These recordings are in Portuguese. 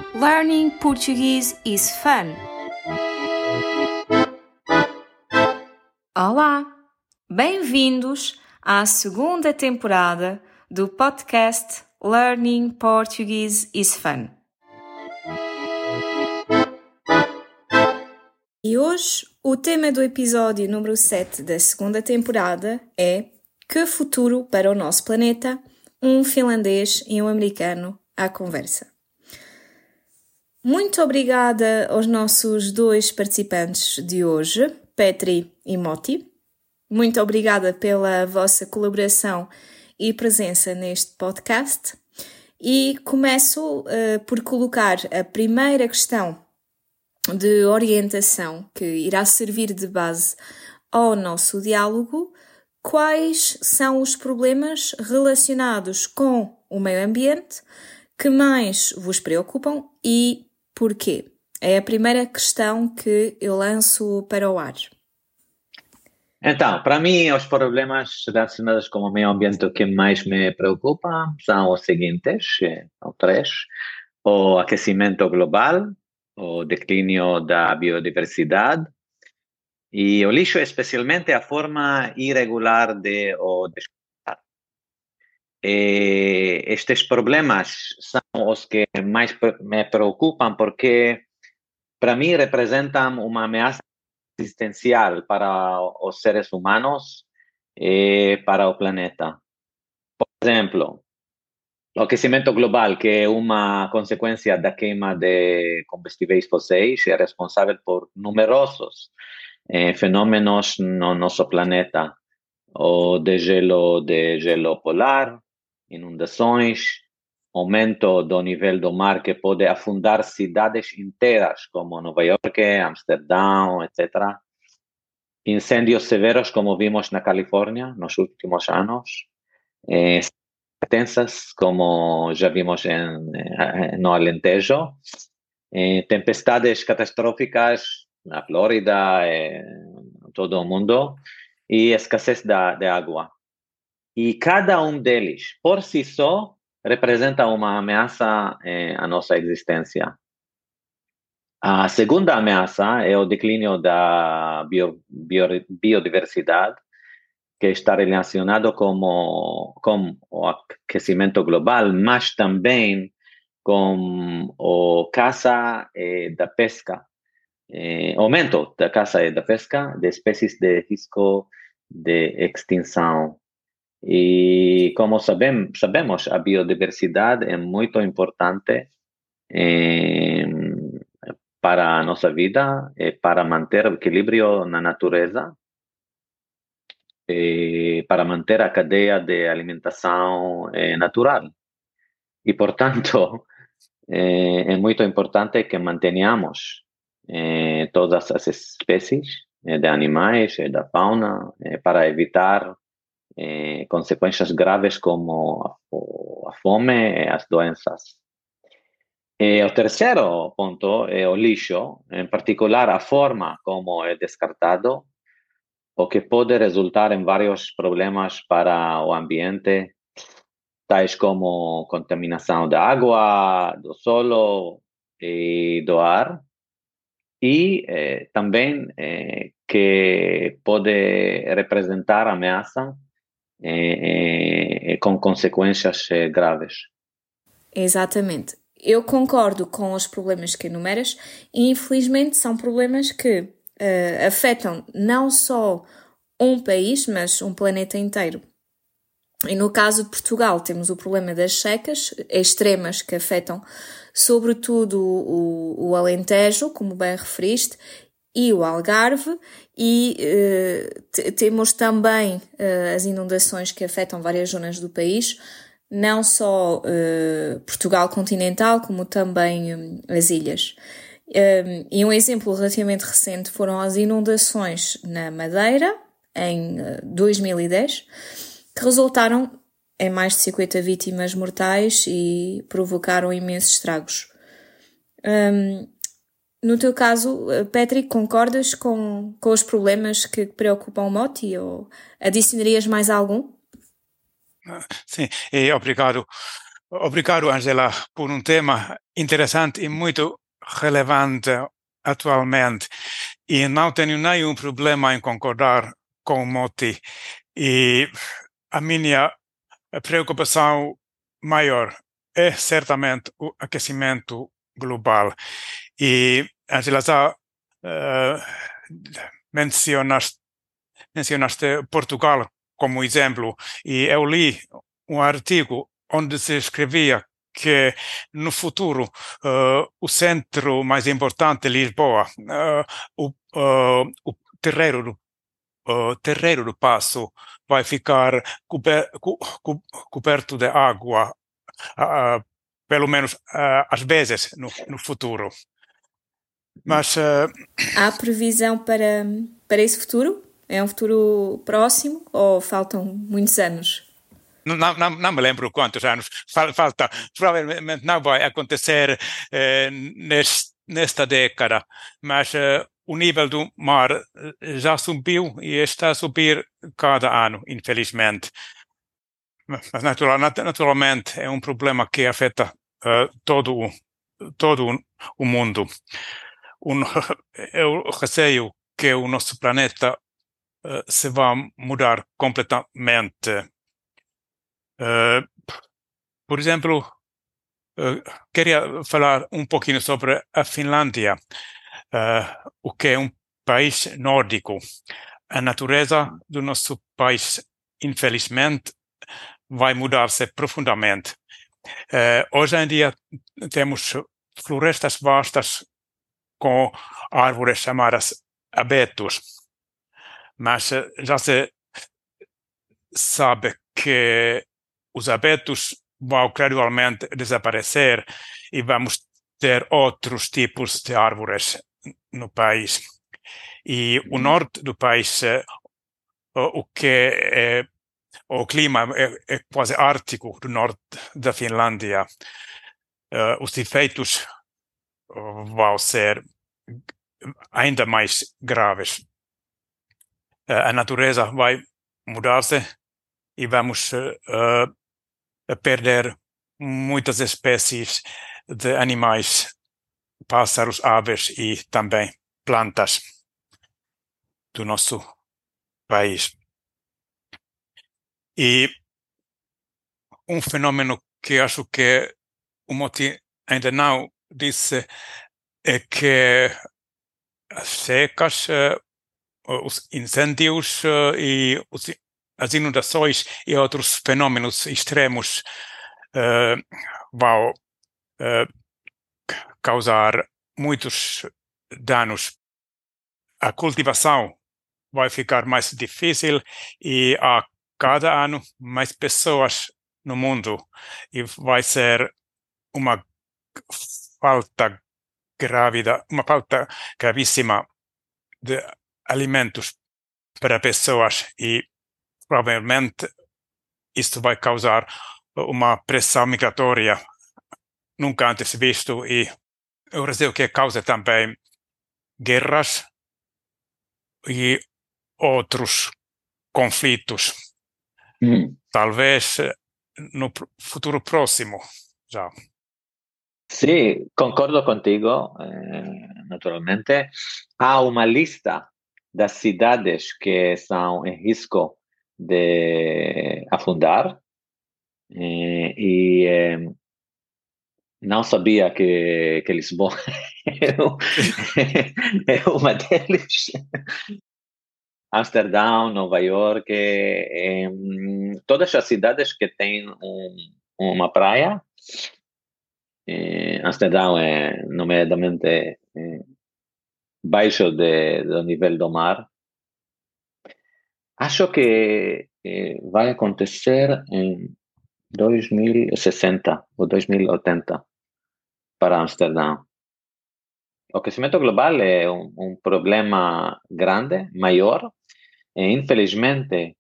Learning Portuguese is fun. Olá! Bem-vindos à segunda temporada do podcast Learning Portuguese is fun. E hoje o tema do episódio número 7 da segunda temporada é Que futuro para o nosso planeta? Um finlandês e um americano à conversa. Muito obrigada aos nossos dois participantes de hoje, Petri e Moti. Muito obrigada pela vossa colaboração e presença neste podcast. E começo por colocar a primeira questão de orientação que irá servir de base ao nosso diálogo. Quais são os problemas relacionados com o meio ambiente que mais vos preocupam e porquê? É a primeira questão que eu lanço para o ar. Então, para mim, os problemas relacionados com o meio ambiente que mais me preocupam são os seguintes, ou três: o aquecimento global, o declínio da biodiversidade e o lixo, especialmente a forma irregular de o descartar. Estes problemas são os que mais me preocupam porque, para mim, representam uma ameaça existencial para os seres humanos e para o planeta. Por exemplo, o aquecimento global, que é uma consequência da queima de combustíveis fósseis, é responsável por numerosos fenômenos no nosso planeta. O gelo polar, inundações, aumento do nível do mar que pode afundar cidades inteiras, como Nova York, Amsterdão, etc. Incêndios severos, como vimos na Califórnia nos últimos anos, intensas, como já vimos no Alentejo, tempestades catastróficas na Flórida, em todo o mundo, e escassez de água. E cada um deles, por si só, representa uma ameaça à nossa existência. A segunda ameaça é o declínio da biodiversidade, que está relacionado com o aquecimento global, mas também com a caça e da pesca, aumento da caça e da pesca de espécies de risco de extinção. E como sabemos, a biodiversidade é muito importante para a nossa vida, para manter o equilíbrio na natureza, para manter a cadeia de alimentação natural. E, portanto, é muito importante que mantenhamos todas as espécies de animais e da fauna para evitar consequências graves como a fome e as doenças. O terceiro ponto é o lixo, em particular a forma como é descartado, o que pode resultar em vários problemas para o ambiente, tais como contaminação da água, do solo e do ar, e também que pode representar ameaça com consequências graves. Exatamente. Eu concordo com os problemas que enumeras e, infelizmente, são problemas que afetam não só um país, mas um planeta inteiro. E no caso de Portugal, temos o problema das secas extremas que afetam sobretudo o Alentejo, como bem referiste, e o Algarve, e temos também as inundações que afetam várias zonas do país, não só Portugal continental, como também as ilhas. E um exemplo relativamente recente foram as inundações na Madeira, em 2010, que resultaram em mais de 50 vítimas mortais e provocaram imensos estragos. No teu caso, Petri, concordas com os problemas que preocupam o Moti ou adicionarias mais algum? Sim, obrigado Obrigado, Angela, por tema interessante e muito relevante atualmente. E não tenho nenhum problema em concordar com o Moti. E a minha preocupação maior é certamente o aquecimento global. E, Angela, já mencionaste Portugal como exemplo, e eu li um artigo onde se escrevia que no futuro o centro mais importante de Lisboa, o Terreiro do Paço, vai ficar coberto de água, pelo menos às vezes no futuro. Mas Há previsão para esse futuro? É um futuro próximo ou faltam muitos anos? não me lembro quantos anos falta. Provavelmente não vai acontecer nesta década, mas o nível do mar já subiu e está a subir cada ano, infelizmente. Mas naturalmente é um problema que afeta todo o mundo. Eu receio que o nosso planeta se vai mudar completamente. Por exemplo, queria falar um pouquinho sobre a Finlândia, o que é um país nórdico. A natureza do nosso país, infelizmente, vai mudar-se profundamente. Hoje em dia temos florestas vastas com árvores chamadas abetos, mas já se sabe que os abetos vão gradualmente desaparecer e vamos ter outros tipos de árvores no país. E o norte do país, o que é o clima é quase ártico do norte da Finlândia. Os efeitos vão ser ainda mais graves. A natureza vai mudar-se e vamos perder muitas espécies de animais, pássaros, aves e também plantas do nosso país. E um fenômeno que acho que o Moti ainda não disse é que as secas, os incêndios e as inundações e outros fenômenos extremos vão causar muitos danos. A cultivação vai ficar mais difícil e a cada ano mais pessoas no mundo e vai ser uma falta gravíssima de alimentos para pessoas e provavelmente isto vai causar uma pressão migratória nunca antes visto e eu receio que cause também guerras e outros conflitos. Talvez no futuro próximo já. Sí, concordo contigo, naturalmente. Há uma lista das cidades que são em risco de afundar e não sabia que Lisboa é uma delas. Amsterdão, Nova York, todas as cidades que têm uma praia. Amsterdão é nomeadamente baixo do nível do mar. Acho que vai acontecer em 2060 ou 2080 para Amsterdão. O aquecimento global é um problema grande, maior, e infelizmente,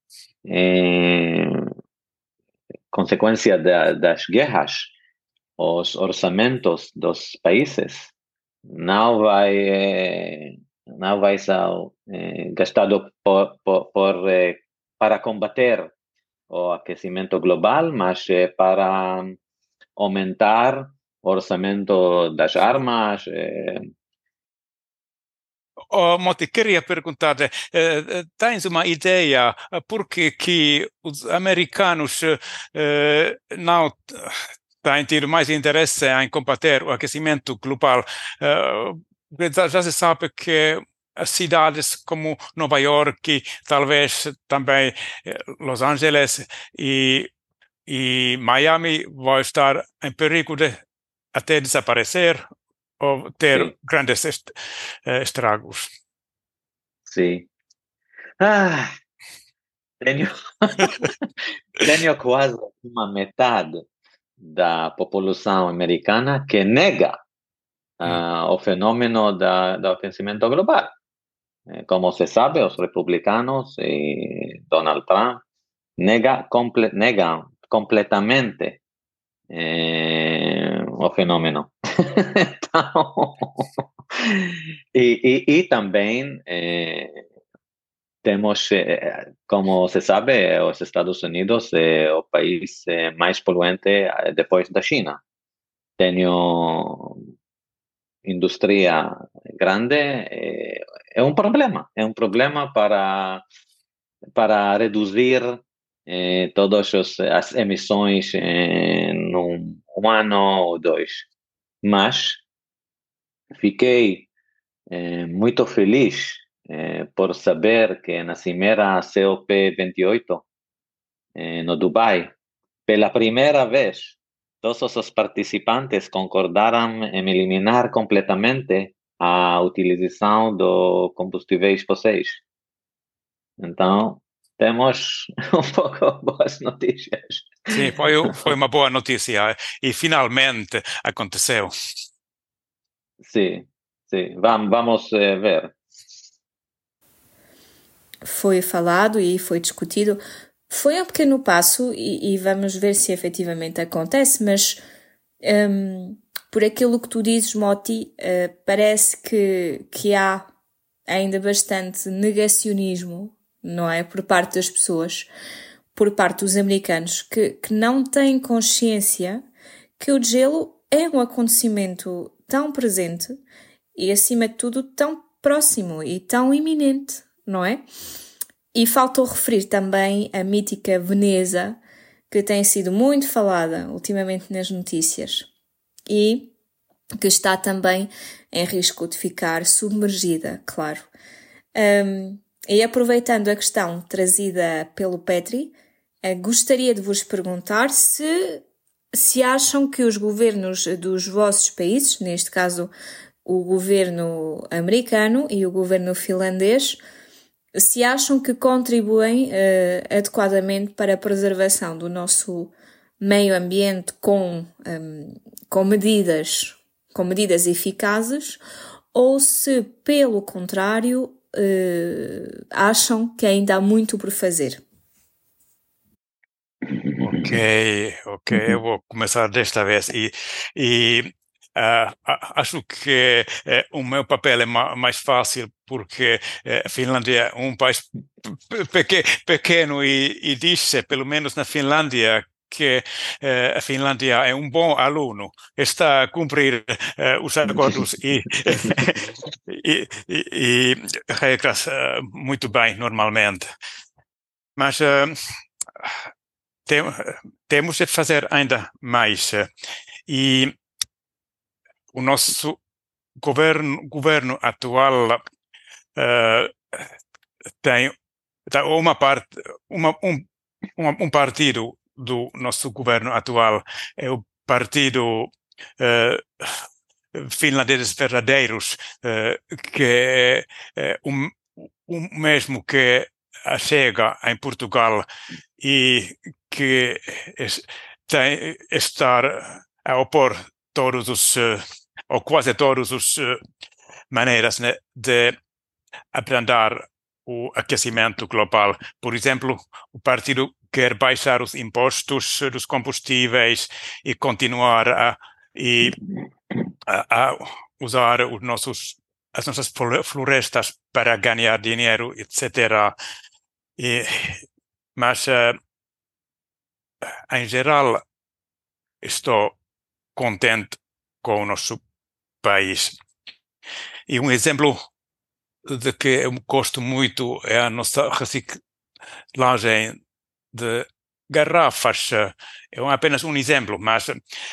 consequência das guerras, os orçamentos dos países não vai ser gastado para combater o aquecimento global, mas para aumentar o orçamento das armas. Oh, Moti, queria perguntar, tens uma ideia por que os americanos não têm tido mais interesse em combater o aquecimento global? Já se sabe que as cidades como Nova York, talvez também Los Angeles e Miami vão estar em perigo de até desaparecer ou ter Sí, grandes estragos. sí. Ah, tenho, tenho quase uma metade da população americana que nega o fenômeno do aquecimento global. Como se sabe, os republicanos e Donald Trump negam completamente o fenômeno. Então, e também temos, como se sabe, os Estados Unidos é o país mais poluente depois da China. Tenho indústria grande, é um problema para reduzir todas as emissões em um ano ou dois. Mas fiquei muito feliz por saber que na cimeira COP28 no Dubai, pela primeira vez, todos os participantes concordaram em eliminar completamente a utilização de combustíveis fósseis. Então, temos um pouco boas notícias. Sim, foi uma boa notícia e finalmente aconteceu. Sim, sim. Vamos ver. Foi falado e foi discutido. Foi um pequeno passo e vamos ver se efetivamente acontece, mas por aquilo que tu dizes, Moti, parece que há ainda bastante negacionismo, não é? Por parte das pessoas, por parte dos americanos, que não têm consciência que o degelo é um acontecimento tão presente e, acima de tudo, tão próximo e tão iminente, não é? E faltou referir também a mítica Veneza, que tem sido muito falada ultimamente nas notícias e que está também em risco de ficar submergida, claro. E aproveitando a questão trazida pelo Petri, gostaria de vos perguntar se acham que os governos dos vossos países, neste caso o governo americano e o governo finlandês, se acham que contribuem adequadamente para a preservação do nosso meio ambiente com medidas eficazes, ou se, pelo contrário, acham que ainda há muito por fazer. Ok, eu vou começar desta vez e acho que o meu papel é mais fácil porque a Finlândia é um país pequeno e diz-se, pelo menos na Finlândia, que a Finlândia é um bom aluno, está a cumprir os acordos e regras muito bem, normalmente. Mas temos de fazer ainda mais. E o nosso governo atual tem um partido do nosso governo atual, é o partido Finlandeses Verdadeiros, que é o mesmo que a Chega em Portugal e que tem estar a opor todos os ou quase todos os maneiras, né, de abrandar o aquecimento global. Por exemplo, o partido quer baixar os impostos dos combustíveis e continuar a usar as nossas florestas para ganhar dinheiro, etc. Mas, em geral, estou contente com o nosso país. E um exemplo de que eu gosto muito é a nossa reciclagem de garrafas. É apenas um exemplo, mas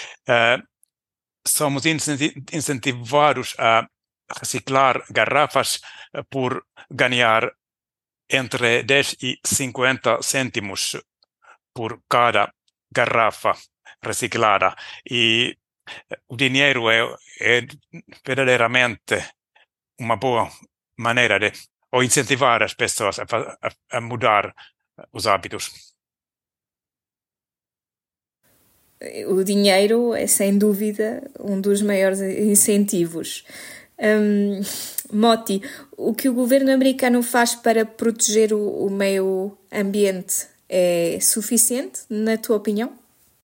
somos incentivados a reciclar garrafas por ganhar entre 10 e 50 cêntimos por cada garrafa reciclada. E o dinheiro é verdadeiramente uma boa maneira de incentivar as pessoas a mudar os hábitos. O dinheiro é, sem dúvida, um dos maiores incentivos. Moti, o que o governo americano faz para proteger o meio ambiente é suficiente, na tua opinião?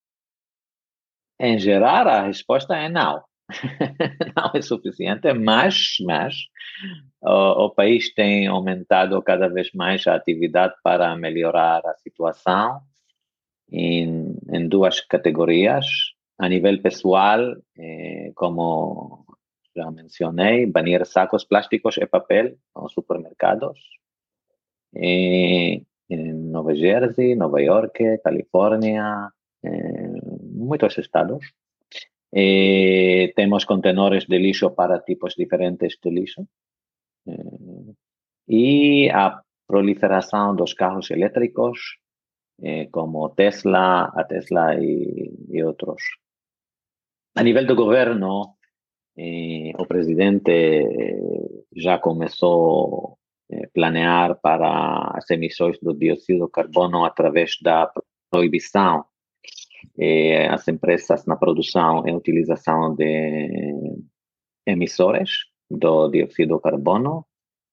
Em geral, a resposta é não. Não é suficiente, mas o país tem aumentado cada vez mais a atividade para melhorar a situação em duas categorias. A nível pessoal, como já mencionei, banir sacos plásticos e papel nos supermercados. Em Nova Jersey, Nova York, Califórnia, muitos estados. Temos contenedores de lixo para tipos diferentes de lixo. E a proliferação dos carros elétricos, como a Tesla e outros. A nível do governo, o presidente já começou a planear para as emissões do dióxido de carbono através da proibição as empresas na produção e utilização de emissores do dióxido de carbono,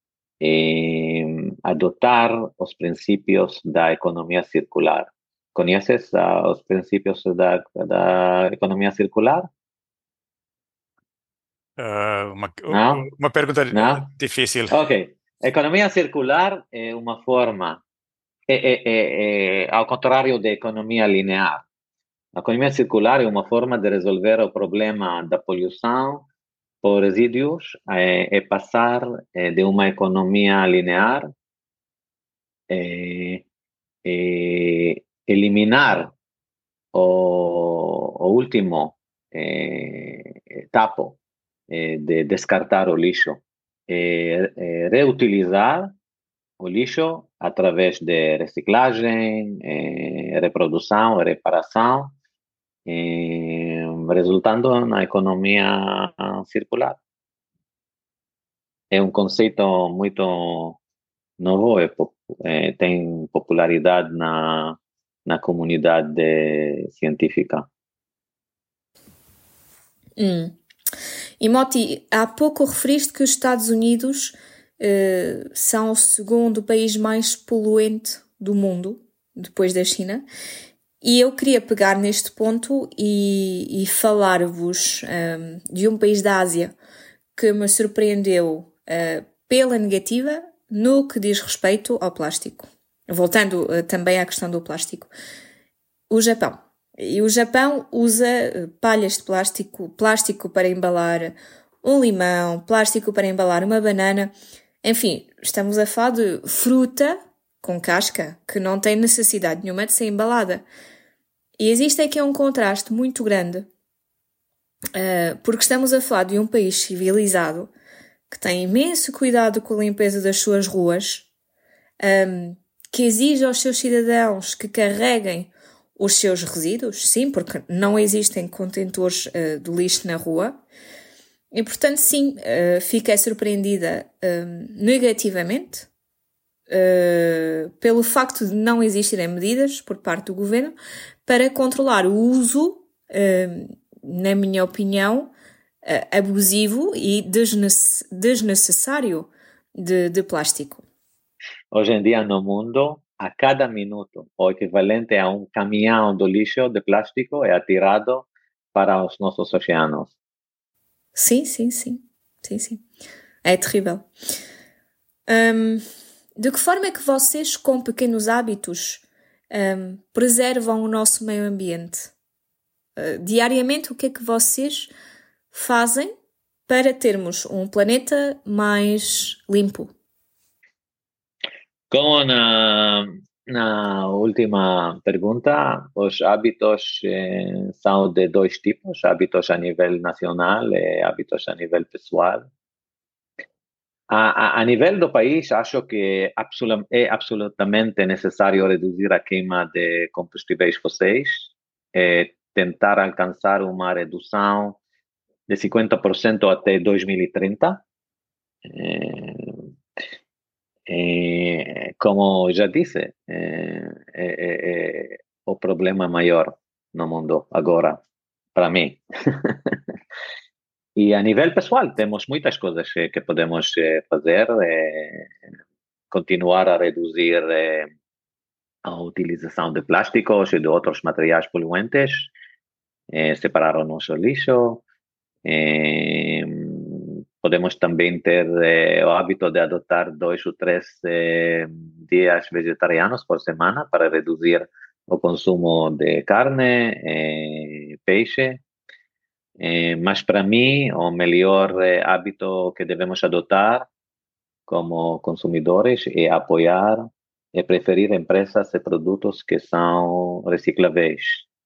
adotar os princípios da economia circular. Conheces os princípios da economia circular? Uma pergunta difícil. Ok. Economia circular é uma forma, ao contrário da economia linear. A economia circular é uma forma de resolver o problema da poluição por resíduos, é passar de uma economia linear, eliminar o último etapa de descartar o lixo, reutilizar o lixo através de reciclagem, reprodução, reparação, resultando na economia circular. É um conceito muito novo, tem popularidade na comunidade científica. E Moti, há pouco referiste que os Estados Unidos são o segundo país mais poluente do mundo, depois da China. E eu queria pegar neste ponto e falar-vos de um país da Ásia que me surpreendeu pela negativa no que diz respeito ao plástico. Voltando também à questão do plástico. O Japão. E o Japão usa palhas de plástico para embalar um limão, plástico para embalar uma banana. Enfim, estamos a falar de fruta com casca que não tem necessidade nenhuma de ser embalada. E existe aqui um contraste muito grande, porque estamos a falar de um país civilizado que tem imenso cuidado com a limpeza das suas ruas, que exige aos seus cidadãos que carreguem os seus resíduos, sim, porque não existem contentores de lixo na rua. E, portanto, sim, fiquei surpreendida negativamente pelo facto de não existirem medidas por parte do governo para controlar o uso, na minha opinião, abusivo e desnecessário de plástico. Hoje em dia, no mundo, a cada minuto, o equivalente a um caminhão de lixo de plástico é atirado para os nossos oceanos. Sim. É terrível. De que forma é que vocês, com pequenos hábitos, preservam o nosso meio ambiente? diariamente, o que é que vocês fazem para termos um planeta mais limpo? Como na última pergunta, os hábitos são de dois tipos, hábitos a nível nacional e hábitos a nível pessoal. A nível do país, acho que é absolutamente necessário reduzir a queima de combustíveis fósseis e tentar alcançar uma redução de 50% até 2030. Como já disse, o problema maior no mundo agora, para mim. E a nível pessoal, temos muitas coisas que podemos fazer, continuar a reduzir a utilização de plásticos e de outros materiais poluentes, separar o nosso lixo. Podemos também ter o hábito de adotar 2 ou 3 dias vegetarianos por semana para reduzir o consumo de carne, peixe. Mas para mim, o melhor hábito que devemos adotar como consumidores é apoiar e preferir empresas e produtos que são recicláveis.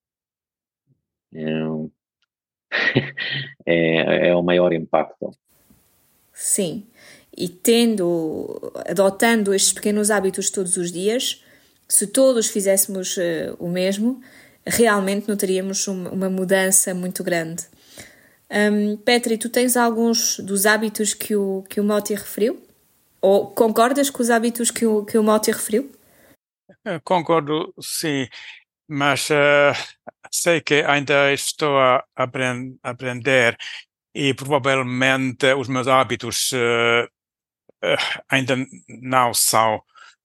É o maior impacto. Sim, e adotando estes pequenos hábitos todos os dias, se todos fizéssemos o mesmo, realmente notaríamos uma mudança muito grande. Petri, tu tens alguns dos hábitos que o Moti referiu? Ou concordas com os hábitos que o Moti referiu? Concordo, sim, mas sei que ainda estou a aprender e provavelmente os meus hábitos ainda não são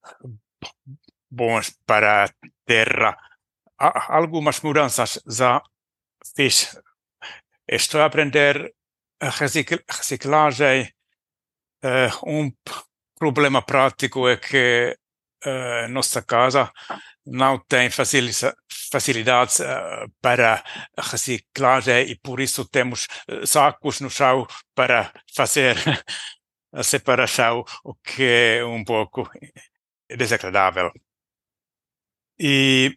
bons para a terra. Algumas mudanças já fiz. Estou a aprender a reciclagem. Um problema prático é que nossa casa não tem facilidades para reciclagem e por isso temos sacos no chão para fazer a separação, o que é um pouco desagradável. E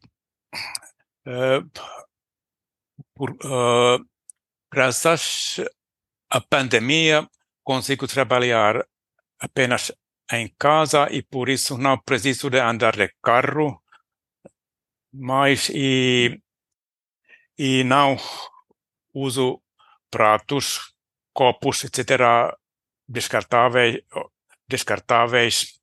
graças à pandemia consigo trabalhar apenas em casa e por isso não preciso de andar de carro mais e não uso pratos, copos, etc. descartáveis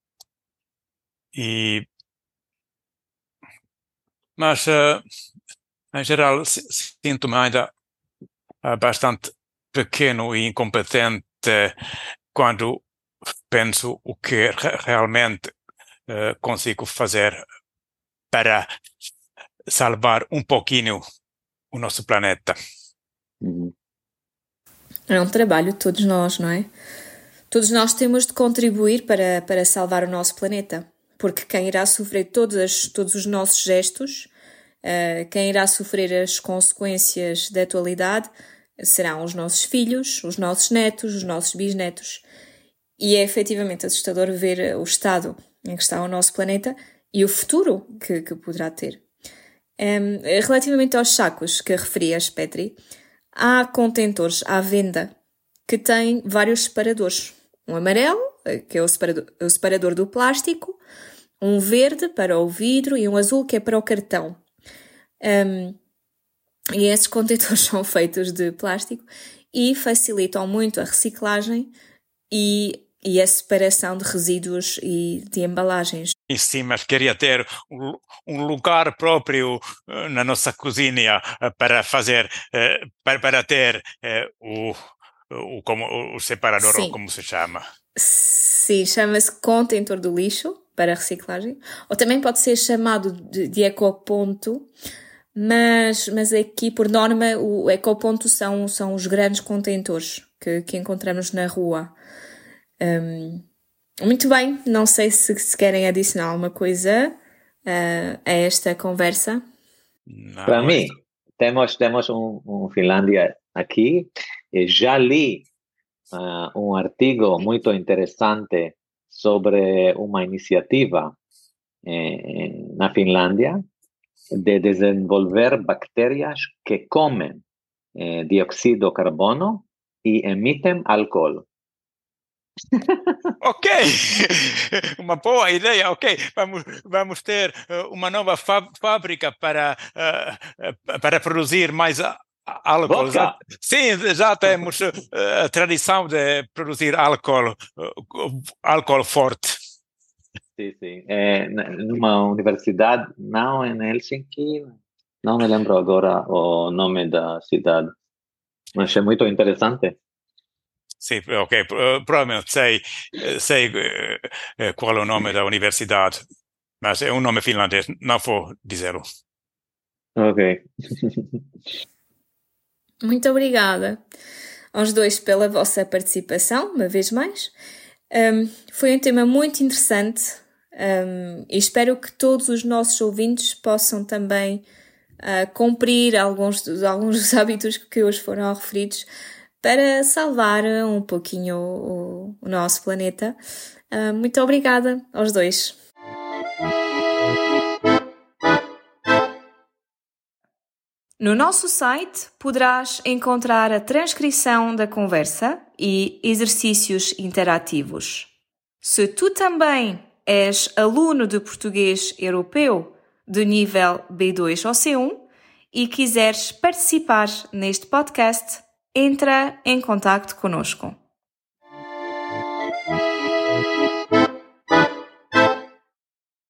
mas em geral sinto-me ainda bastante pequeno e incompetente quando penso o que realmente consigo fazer para salvar um pouquinho o nosso planeta. É um trabalho de todos nós, não é? Todos nós temos de contribuir para salvar o nosso planeta, porque quem irá sofrer todos os nossos gestos, quem irá sofrer as consequências da atualidade, serão os nossos filhos, os nossos netos, os nossos bisnetos. E é efetivamente assustador ver o estado em que está o nosso planeta e o futuro que poderá ter. Relativamente aos sacos que referias, Petri, há contentores à venda que têm vários separadores. Um amarelo, que é o separador do plástico, um verde para o vidro e um azul que é para o cartão. E esses contentores são feitos de plástico e facilitam muito a reciclagem e a separação de resíduos e de embalagens. Sim, mas queria ter um lugar próprio na nossa cozinha para fazer, para ter o separador, ou como se chama? Sim, chama-se contentor do lixo para reciclagem, ou também pode ser chamado de ecoponto, mas aqui, por norma, o ecoponto são os grandes contentores que encontramos na rua. Muito bem, não sei se querem adicionar alguma coisa a esta conversa. Para mim, temos Finlândia aqui. Já li um artigo muito interessante sobre uma iniciativa na Finlândia de desenvolver bactérias que comem dióxido de carbono e emitem álcool. Ok, uma boa ideia. Ok, vamos ter uma nova fábrica para produzir mais álcool. Sim, já temos a tradição de produzir álcool forte. Sim. Numa universidade, não em Helsinki, não me lembro agora o nome da cidade, mas é muito interessante. Sim, ok, provavelmente sei qual é o nome da universidade, mas é um nome finlandês, não vou dizê-lo. Ok. Muito obrigada aos dois pela vossa participação, uma vez mais. Foi um tema muito interessante e espero que todos os nossos ouvintes possam também cumprir alguns dos hábitos que hoje foram referidos para salvar um pouquinho o nosso planeta. Muito obrigada aos dois. No nosso site poderás encontrar a transcrição da conversa e exercícios interativos. Se tu também és aluno de português europeu de nível B2 ou C1 e quiseres participar neste podcast, entra em contacto conosco.